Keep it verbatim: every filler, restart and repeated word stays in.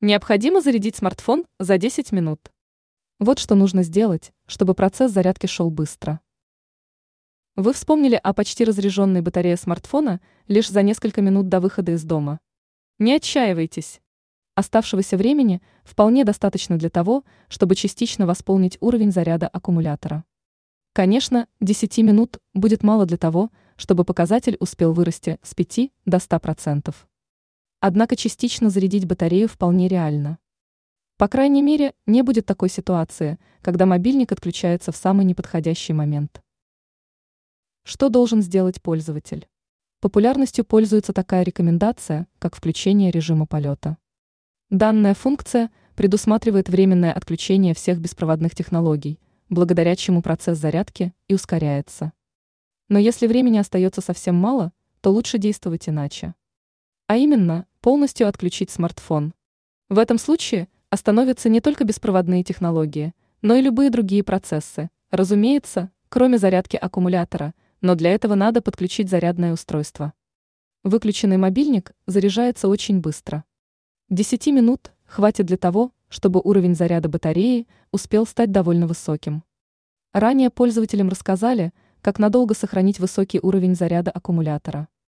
Необходимо зарядить смартфон за десять минут. Вот что нужно сделать, чтобы процесс зарядки шел быстро. Вы вспомнили о почти разряженной батарее смартфона лишь за несколько минут до выхода из дома. Не отчаивайтесь. Оставшегося времени вполне достаточно для того, чтобы частично восполнить уровень заряда аккумулятора. Конечно, десять минут будет мало для того, чтобы показатель успел вырасти с пяти до ста процентов. Однако частично зарядить батарею вполне реально. По крайней мере, не будет такой ситуации, когда мобильник отключается в самый неподходящий момент. Что должен сделать пользователь? Популярностью пользуется такая рекомендация, как включение режима полета. Данная функция предусматривает временное отключение всех беспроводных технологий, благодаря чему процесс зарядки и ускоряется. Но если времени остается совсем мало, то лучше действовать иначе. А именно, полностью отключить смартфон. В этом случае остановятся не только беспроводные технологии, но и любые другие процессы, разумеется, кроме зарядки аккумулятора, но для этого надо подключить зарядное устройство. Выключенный мобильник заряжается очень быстро. десять минут хватит для того, чтобы уровень заряда батареи успел стать довольно высоким. Ранее пользователям рассказали, как надолго сохранить высокий уровень заряда аккумулятора.